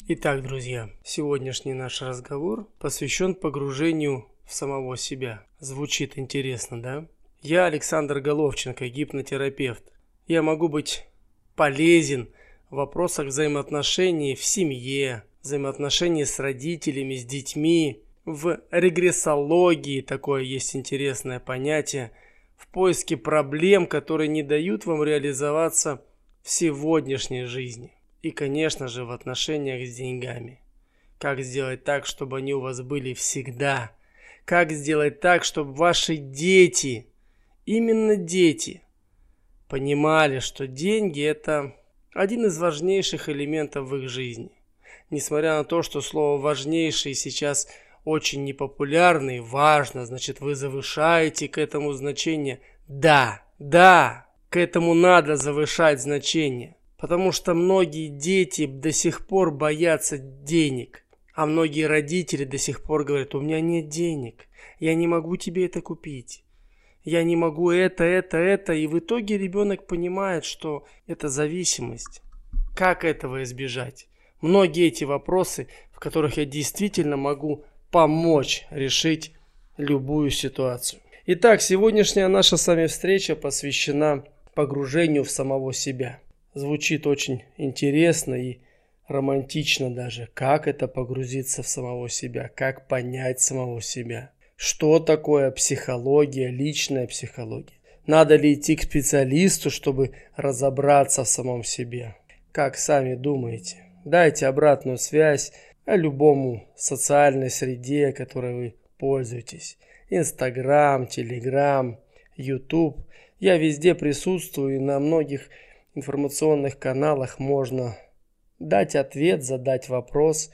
Итак, друзья, сегодняшний наш разговор посвящен погружению в самого себя. Звучит интересно, да? Я Александр Головченко, гипнотерапевт. Я могу быть полезен в вопросах взаимоотношений в семье, взаимоотношений с родителями, с детьми, в регрессологии, такое есть интересное понятие, в поиске проблем, которые не дают вам реализоваться в сегодняшней жизни. И, конечно же, в отношениях с деньгами. Как сделать так, чтобы они у вас были всегда? Как сделать так, чтобы ваши дети, именно дети, понимали, что деньги – это один из важнейших элементов в их жизни. Несмотря на то, что слово «важнейший» сейчас очень непопулярный, важно, значит, вы завышаете к этому значение. Да, к этому надо завышать значение. Потому что многие дети до сих пор боятся денег. А многие родители до сих пор говорят: у меня нет денег, я не могу тебе это купить. Я не могу это. И в итоге ребенок понимает, что это зависимость. Как этого избежать? Многие эти вопросы, в которых я действительно могу помочь решить любую ситуацию. Итак, сегодняшняя наша с вами встреча посвящена погружению в самого себя. Звучит очень интересно и романтично даже. Как это погрузиться в самого себя? Как понять самого себя? Что такое психология, личная психология? Надо ли идти к специалисту, чтобы разобраться в самом себе? Как сами думаете? Дайте обратную связь о любому социальной среде, которой вы пользуетесь. Инстаграм, Телеграм, Ютуб. Я везде присутствую, и на многих информационных каналах можно дать ответ, задать вопрос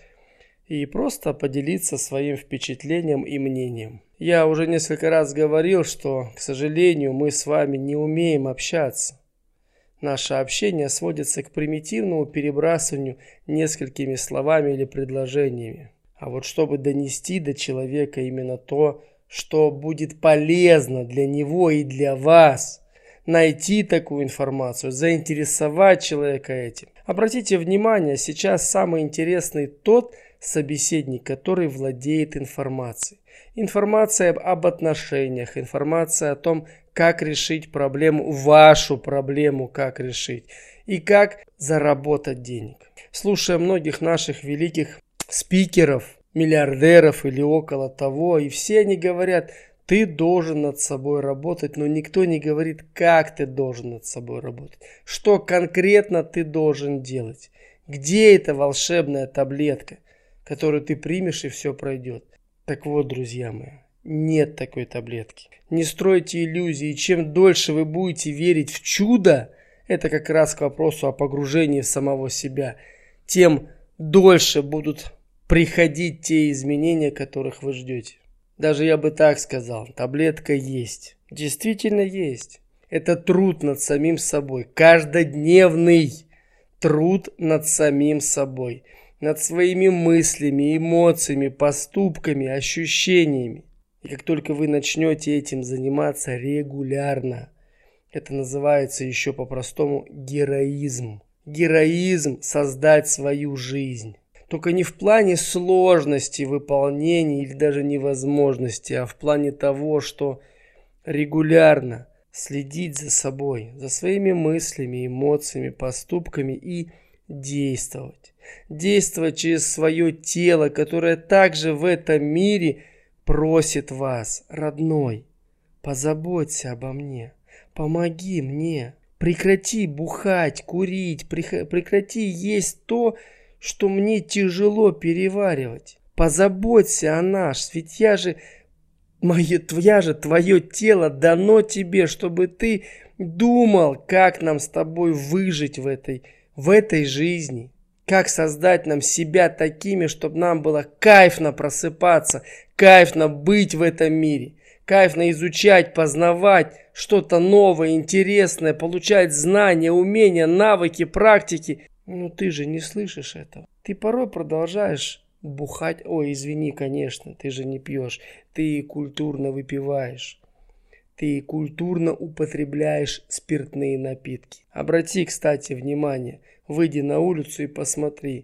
и просто поделиться своим впечатлением и мнением. Я уже несколько раз говорил, что, к сожалению, мы с вами не умеем общаться. Наше общение сводится к примитивному перебрасыванию несколькими словами или предложениями. А вот чтобы донести до человека именно то, что будет полезно для него и для вас, найти такую информацию, заинтересовать человека этим. Обратите внимание, сейчас самый интересный тот собеседник, который владеет информацией. Информация об отношениях, информация о том, как решить проблему, вашу проблему, как решить и как заработать денег. Слушая многих наших великих спикеров, миллиардеров или около того, и все они говорят: ты должен над собой работать, но никто не говорит, как ты должен над собой работать. Что конкретно ты должен делать. Где эта волшебная таблетка, которую ты примешь и все пройдет. Так вот, друзья мои, нет такой таблетки. Не стройте иллюзии. Чем дольше вы будете верить в чудо, это как раз к вопросу о погружении в самого себя, тем дольше будут приходить те изменения, которых вы ждете. Даже я бы так сказал, таблетка есть. Действительно есть. Это труд над самим собой. Каждодневный труд над самим собой. Над своими мыслями, эмоциями, поступками, ощущениями. И как только вы начнете этим заниматься регулярно, это называется еще по-простому героизм. Героизм создать свою жизнь. Только не в плане сложности выполнения или даже невозможности, а в плане того, что регулярно следить за собой, за своими мыслями, эмоциями, поступками и действовать. Действовать через свое тело, которое также в этом мире просит вас: родной, позаботься обо мне, помоги мне, прекрати бухать, курить, прекрати есть то, что мне тяжело переваривать. Позаботься о нас, ведь твое тело дано тебе, чтобы ты думал, как нам с тобой выжить в этой жизни. Как создать нам себя такими, чтобы нам было кайфно просыпаться, кайфно быть в этом мире, кайфно изучать, познавать что-то новое, интересное, получать знания, умения, навыки, практики. Но ты же не слышишь этого. Ты порой продолжаешь бухать. Ой, извини, конечно, ты же не пьешь. Ты культурно выпиваешь. Ты культурно употребляешь спиртные напитки. Обрати, кстати, внимание. Выйди на улицу и посмотри.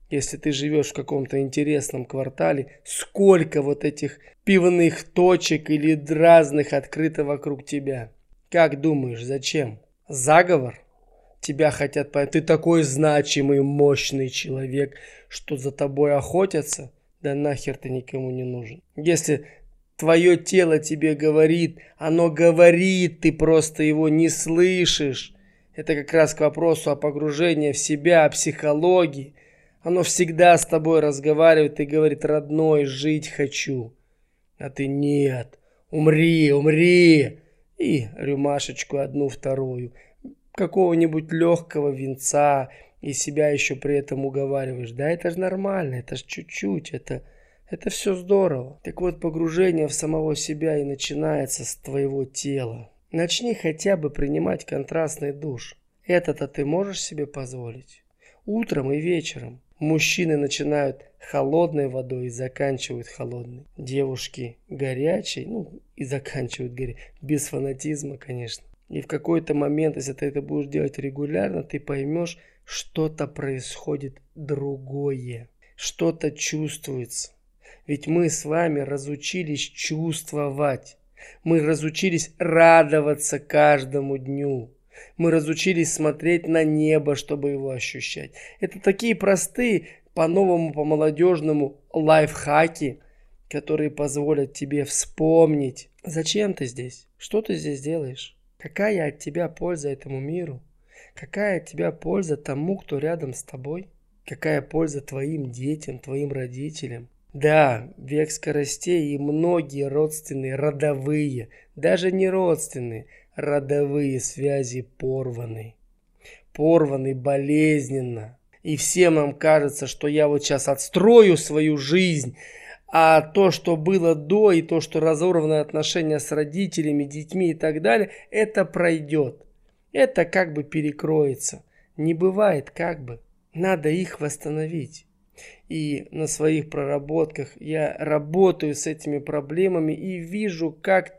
Если ты живешь в каком-то интересном квартале, сколько вот этих пивных точек или разных открыто вокруг тебя? Как думаешь, зачем? Заговор? Тебя хотят понять. Ты такой значимый, мощный человек, что за тобой охотятся? Да нахер ты никому не нужен. Если твое тело тебе говорит, оно говорит, ты просто его не слышишь. Это как раз к вопросу о погружении в себя, о психологии. Оно всегда с тобой разговаривает и говорит: родной, жить хочу. А ты: нет, умри, умри. И рюмашечку одну, вторую. Какого-нибудь легкого винца. И себя еще при этом уговариваешь. Да это же нормально, это же чуть-чуть, это все здорово. Так вот, погружение в самого себя и начинается с твоего тела. Начни хотя бы принимать контрастный душ. Это-то ты можешь себе позволить? Утром и вечером. Мужчины начинают холодной водой и заканчивают холодной. Девушки горячей, и заканчивают горячей. Без фанатизма, конечно. И в какой-то момент, если ты это будешь делать регулярно, ты поймешь, что-то происходит другое. Что-то чувствуется. Ведь мы с вами разучились чувствовать. Мы разучились радоваться каждому дню. Мы разучились смотреть на небо, чтобы его ощущать. Это такие простые, по-новому, по-молодежному лайфхаки, которые позволят тебе вспомнить, зачем ты здесь, что ты здесь делаешь, какая от тебя польза этому миру, какая от тебя польза тому, кто рядом с тобой, какая польза твоим детям, твоим родителям. Да, век скоростей и многие родственные, родовые, даже не родственные, родовые связи порваны. Порваны болезненно. И всем нам кажется, что я вот сейчас отстрою свою жизнь, а то, что было до, и то, что разорваны отношения с родителями, детьми и так далее, это пройдет. Это как бы перекроется. Не бывает как бы. Надо их восстановить. И на своих проработках я работаю с этими проблемами и вижу, как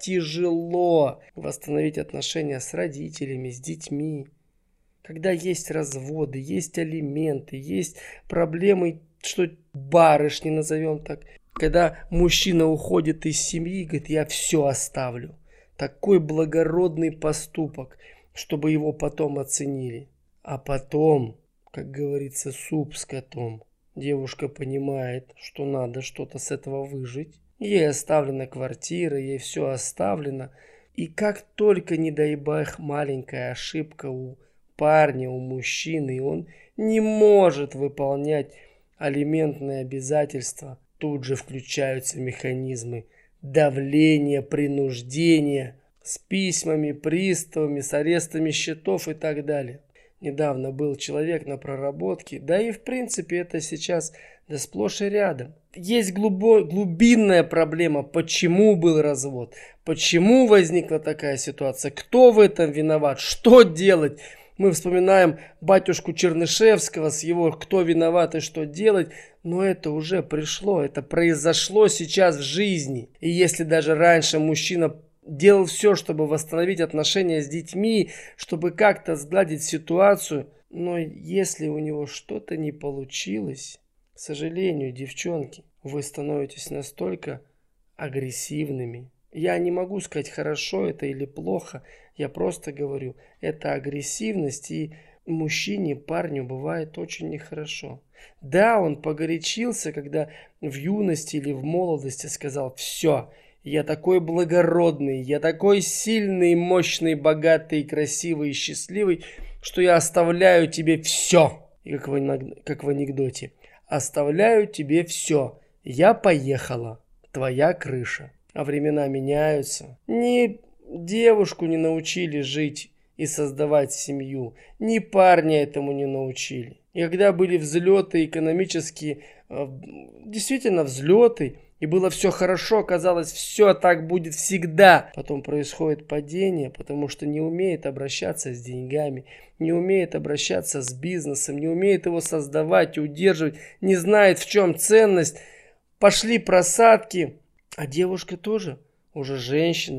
тяжело восстановить отношения с родителями, с детьми. Когда есть разводы, есть алименты, есть проблемы, что барышни назовем так. Когда мужчина уходит из семьи и говорит: я все оставлю. Такой благородный поступок, чтобы его потом оценили. А потом, как говорится, суп с котом. Девушка понимает, что надо что-то с этого выжить. Ей оставлена квартира, ей все оставлено. И как только, не дай бог, маленькая ошибка у парня, у мужчины, и он не может выполнять алиментные обязательства, тут же включаются механизмы давления, принуждения с письмами, приставами, с арестами счетов и так далее. Недавно был человек на проработке, да и в принципе это сейчас да сплошь и рядом. Есть глубинная проблема, почему был развод, почему возникла такая ситуация, кто в этом виноват, что делать. Мы вспоминаем батюшку Чернышевского с его «Кто виноват и что делать?», но это уже пришло, это произошло сейчас в жизни. И если даже раньше мужчина делал все, чтобы восстановить отношения с детьми, чтобы как-то сгладить ситуацию. Но если у него что-то не получилось, к сожалению, девчонки, вы становитесь настолько агрессивными. Я не могу сказать, хорошо это или плохо. Я просто говорю, это агрессивность, и мужчине, парню бывает очень нехорошо. Да, он погорячился, когда в юности или в молодости сказал: все, я такой благородный, я такой сильный, мощный, богатый, красивый и счастливый, что я оставляю тебе все. И как в анекдоте. Оставляю тебе все. Я поехала. Твоя крыша. А времена меняются. Ни девушку не научили жить и создавать семью. Ни парня этому не научили. И когда были взлеты экономические, действительно взлеты, и было все хорошо, казалось, все так будет всегда. Потом происходит падение, потому что не умеет обращаться с деньгами, не умеет обращаться с бизнесом, не умеет его создавать, удерживать, не знает, в чем ценность. Пошли просадки, а девушка тоже уже женщина,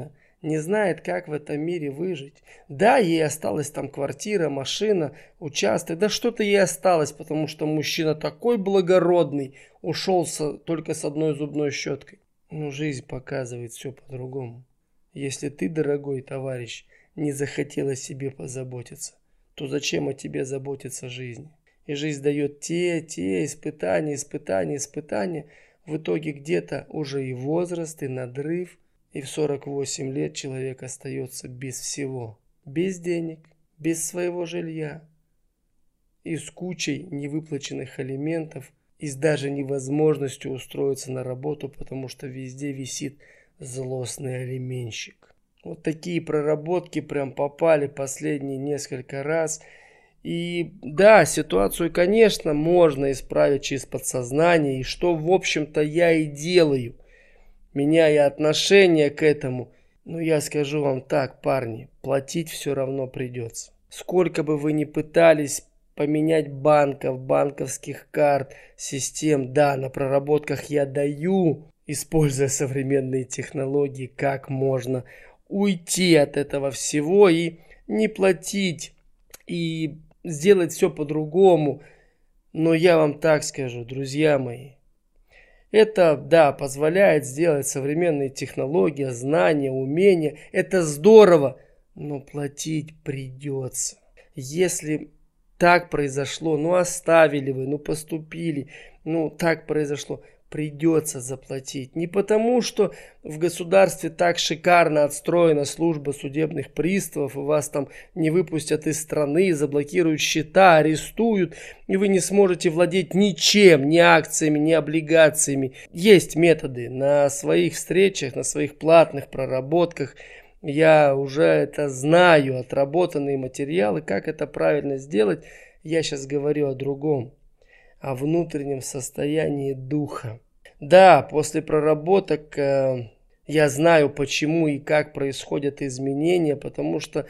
не знает, как в этом мире выжить. Да, ей осталась там квартира, машина, участок, да что-то ей осталось, потому что мужчина такой благородный, ушел только с одной зубной щеткой. Но жизнь показывает все по-другому. Если ты, дорогой товарищ, не захотел о себе позаботиться, то зачем о тебе заботиться жизни? И жизнь дает те испытания. В итоге где-то уже и возраст, и надрыв. И в 48 лет человек остается без всего. Без денег, без своего жилья. И с кучей невыплаченных алиментов. И с даже невозможностью устроиться на работу, потому что везде висит злостный алименщик. Вот такие проработки прям попали последние несколько раз. И да, ситуацию, конечно, можно исправить через подсознание. И что, в общем-то, я и делаю, меняя отношение к этому. Но я скажу вам так, парни, платить все равно придется. Сколько бы вы ни пытались поменять банковских карт, систем, да, на проработках я даю, используя современные технологии, как можно уйти от этого всего и не платить, и сделать все по-другому. Но я вам так скажу, друзья мои, это, да, позволяет сделать современные технологии, знания, умения. Это здорово, но платить придется. Если так произошло, оставили вы, поступили, так произошло, придется заплатить. Не потому, что в государстве так шикарно отстроена служба судебных приставов, и вас там не выпустят из страны, заблокируют счета, арестуют, и вы не сможете владеть ничем, ни акциями, ни облигациями. Есть методы. На своих встречах, на своих платных проработках я уже это знаю, отработанные материалы, как это правильно сделать. Я сейчас говорю о другом. О внутреннем состоянии духа. Да, после проработок я знаю, почему и как происходят изменения, потому что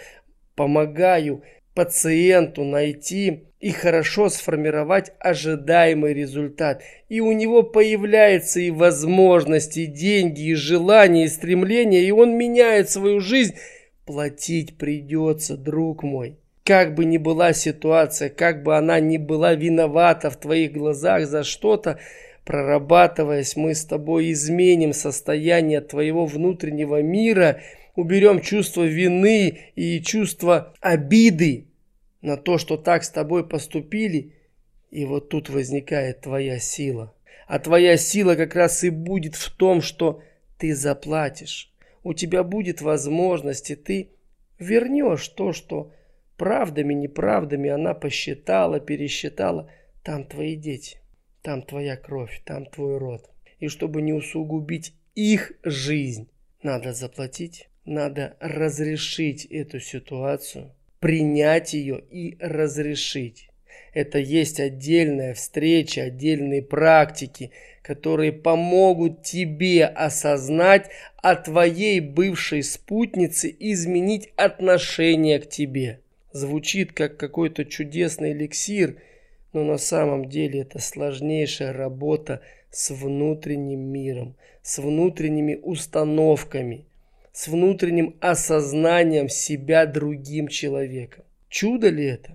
помогаю пациенту найти и хорошо сформировать ожидаемый результат. И у него появляется и возможность, и деньги, и желание, и стремление, и он меняет свою жизнь. Платить придется, друг мой. Как бы ни была ситуация, как бы она ни была виновата в твоих глазах за что-то, прорабатываясь, мы с тобой изменим состояние твоего внутреннего мира, уберем чувство вины и чувство обиды на то, что так с тобой поступили. И вот тут возникает твоя сила. А твоя сила как раз и будет в том, что ты заплатишь. У тебя будет возможность, и ты вернешь то, что правдами, неправдами она посчитала, пересчитала. Там твои дети, там твоя кровь, там твой род. И чтобы не усугубить их жизнь, надо заплатить, надо разрешить эту ситуацию, принять ее и разрешить. Это есть отдельная встреча, отдельные практики, которые помогут тебе осознать, а твоей бывшей спутнице изменить отношение к тебе. Звучит как какой-то чудесный эликсир, но на самом деле это сложнейшая работа с внутренним миром, с внутренними установками, с внутренним осознанием себя другим человеком. Чудо ли это?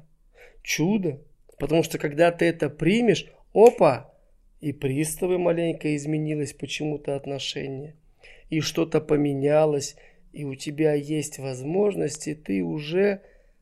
Чудо. Потому что когда ты это примешь, опа, и приставы маленько изменилось почему-то отношение, и что-то поменялось, и у тебя есть возможность, и ты уже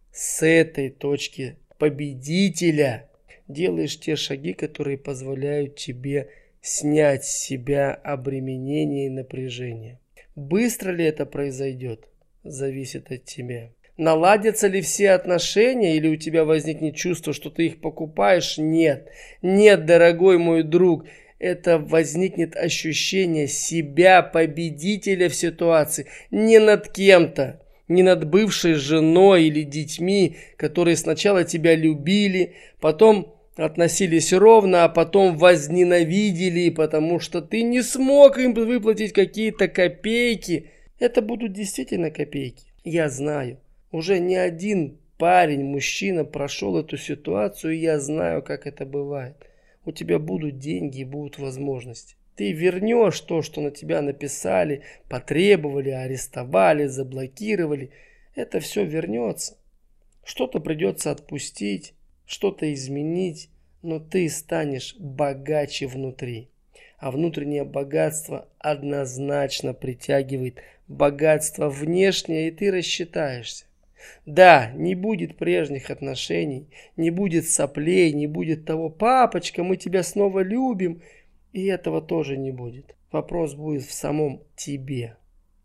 с этой точки победителя делаешь те шаги, которые позволяют тебе снять с себя обременение и напряжение. Быстро ли это произойдет, зависит от тебя. Наладятся ли все отношения, или у тебя возникнет чувство, что ты их покупаешь? Нет. Нет, дорогой мой друг. Это возникнет ощущение себя победителя в ситуации. Не над кем-то. Не над бывшей женой или детьми, которые сначала тебя любили, потом относились ровно, а потом возненавидели, потому что ты не смог им выплатить какие-то копейки. Это будут действительно копейки. Я знаю. Уже не один парень, мужчина прошел эту ситуацию, и я знаю, как это бывает. У тебя будут деньги и будут возможности. Ты вернешь то, что на тебя написали, потребовали, арестовали, заблокировали. Это все вернется. Что-то придется отпустить, что-то изменить, но ты станешь богаче внутри. А внутреннее богатство однозначно притягивает богатство внешнее, и ты рассчитаешься. Да, не будет прежних отношений, не будет соплей, не будет того: папочка, мы тебя снова любим. И этого тоже не будет. Вопрос будет в самом тебе.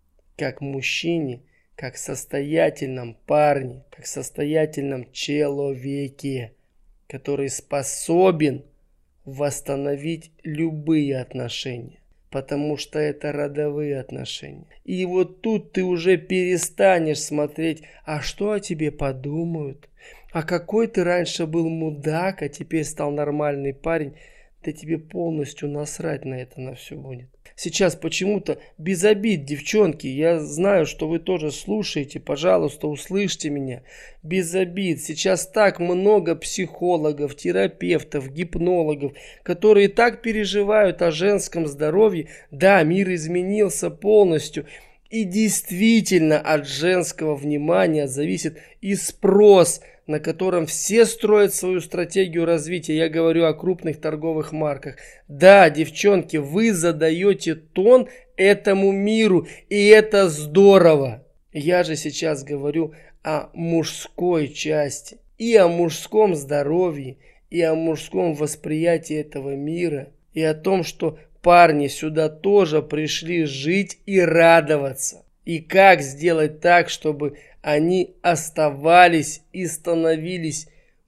Как мужчине, как состоятельном парне, как состоятельном человеке, который способен восстановить любые отношения. Потому что это родовые отношения. И вот тут ты уже перестанешь смотреть: а что о тебе подумают? А какой ты раньше был мудак, а теперь стал нормальный парень? Да тебе полностью насрать на это, на все будет. Сейчас почему-то без обид, девчонки, я знаю, что вы тоже слушаете, пожалуйста, услышьте меня. Без обид. Сейчас так много психологов, терапевтов, гипнологов, которые так переживают о женском здоровье. Да, мир изменился полностью. И действительно от женского внимания зависит и спрос, на котором все строят свою стратегию развития. Я говорю о крупных торговых марках. Да, девчонки, вы задаете тон этому миру, и это здорово. Я же сейчас говорю о мужской части, и о мужском здоровье, и о мужском восприятии этого мира, и о том, что парни сюда тоже пришли жить и радоваться. И как сделать так, чтобы они оставались и становились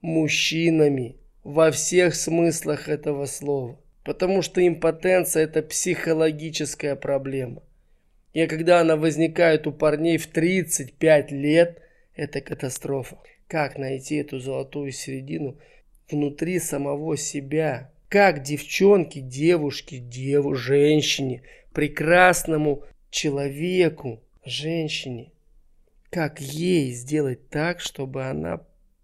мужчинами во всех смыслах этого слова. Потому что импотенция – это психологическая проблема. И когда она возникает у парней в 35 лет, это катастрофа. Как найти эту золотую середину внутри самого себя? Как девчонке, девушке, женщине, прекрасному человеку, женщине, как ей сделать так, чтобы она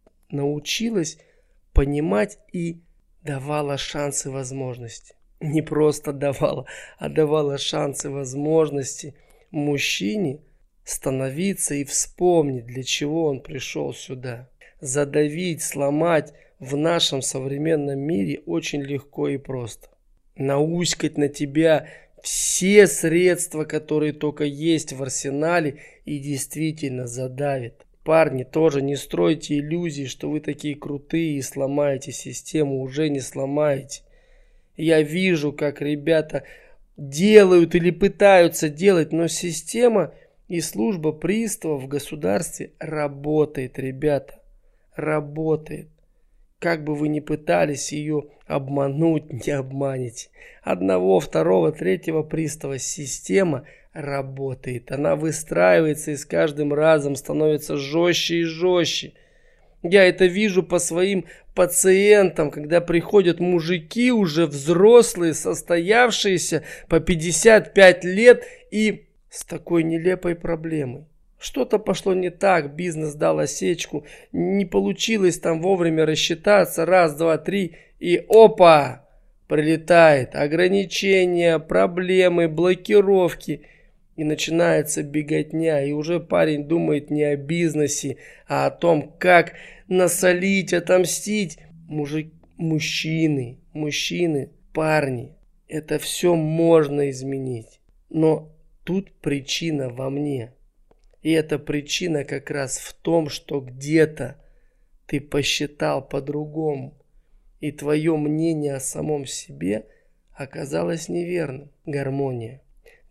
научилась понимать и давала шансы, возможности. Не просто давала, а давала шансы, возможности мужчине становиться и вспомнить, для чего он пришел сюда. Задавить, сломать в нашем современном мире очень легко и просто. Науськать на тебя все средства, которые только есть в арсенале, и действительно задавит. Парни, тоже не стройте иллюзий, что вы такие крутые и сломаете систему. Уже не сломаете. Я вижу, как ребята делают или пытаются делать, но система и служба приставов в государстве работает, ребята. Работает. Как бы вы ни пытались ее обмануть, не обманете. Одного, второго, третьего пристава система работает. Она выстраивается и с каждым разом становится жестче и жестче. Я это вижу по своим пациентам, когда приходят мужики уже взрослые, состоявшиеся по 55 лет и с такой нелепой проблемой. Что-то пошло не так, бизнес дал осечку, не получилось там вовремя рассчитаться, раз, два, три, и опа, прилетает ограничения, проблемы, блокировки, и начинается беготня, и уже парень думает не о бизнесе, а о том, как насолить, отомстить. Мужчины, парни, это все можно изменить, но тут причина во мне. И эта причина как раз в том, что где-то ты посчитал по-другому, и твое мнение о самом себе оказалось неверным. Гармония,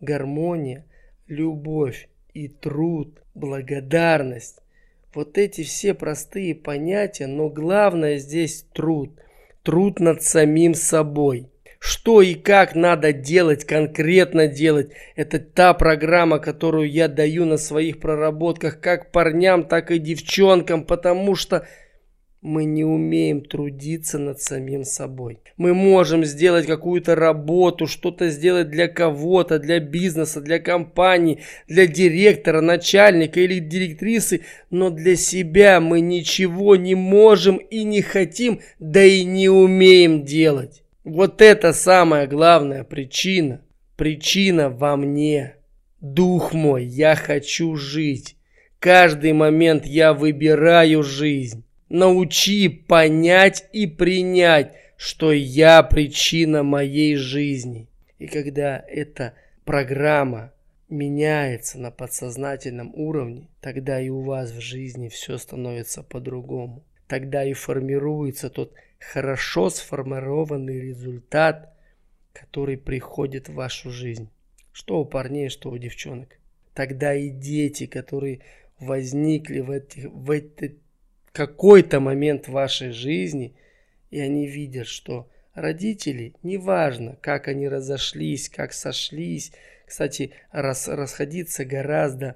любовь и труд, благодарность. Вот эти все простые понятия, но главное здесь труд. Труд над самим собой. Что и как надо делать, конкретно делать, это та программа, которую я даю на своих проработках как парням, так и девчонкам, потому что мы не умеем трудиться над самим собой. Мы можем сделать какую-то работу, что-то сделать для кого-то, для бизнеса, для компании, для директора, начальника или директрисы, но для себя мы ничего не можем и не хотим, да и не умеем делать. Вот это самая главная причина. Причина во мне. Дух мой, я хочу жить. Каждый момент я выбираю жизнь. Научи понять и принять, что я причина моей жизни. И когда эта программа меняется на подсознательном уровне, тогда и у вас в жизни все становится по-другому. Тогда и формируется тот хорошо сформированный результат, который приходит в вашу жизнь. Что у парней, что у девчонок. Тогда и дети, которые возникли в этот какой-то момент в вашей жизни, и они видят, что родители, неважно, как они разошлись, как сошлись. Кстати, расходиться гораздо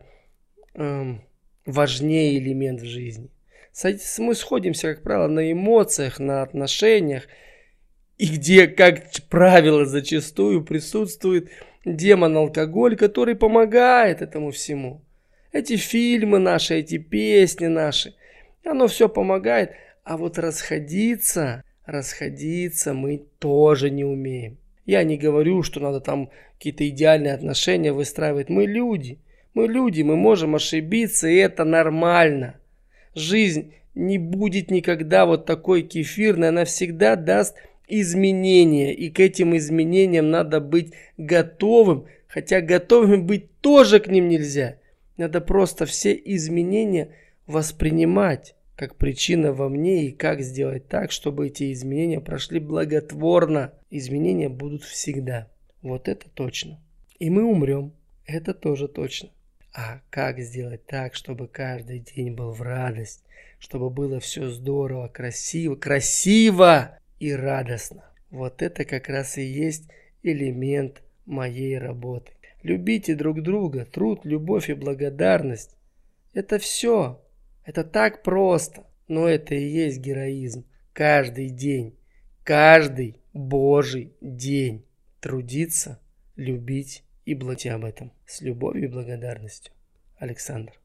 важнее элемент в жизни. Мы сходимся, как правило, на эмоциях, на отношениях, и где, как правило, зачастую присутствует демон-алкоголь, который помогает этому всему. Эти фильмы наши, эти песни наши, оно все помогает. А вот расходиться мы тоже не умеем. Я не говорю, что надо там какие-то идеальные отношения выстраивать. Мы люди, мы можем ошибиться, и это нормально. Жизнь не будет никогда вот такой кефирной, она всегда даст изменения, и к этим изменениям надо быть готовым, хотя готовым быть тоже к ним нельзя. Надо просто все изменения воспринимать как причина во мне, и как сделать так, чтобы эти изменения прошли благотворно. Изменения будут всегда. Вот это точно. И мы умрем. Это тоже точно. А как сделать так, чтобы каждый день был в радость, чтобы было все здорово, красиво и радостно. Вот это как раз и есть элемент моей работы. Любите друг друга, труд, любовь и благодарность. Это все. Это так просто. Но это и есть героизм. Каждый день, каждый Божий день трудиться, любить и благодарить об этом. С любовью и благодарностью. Александр.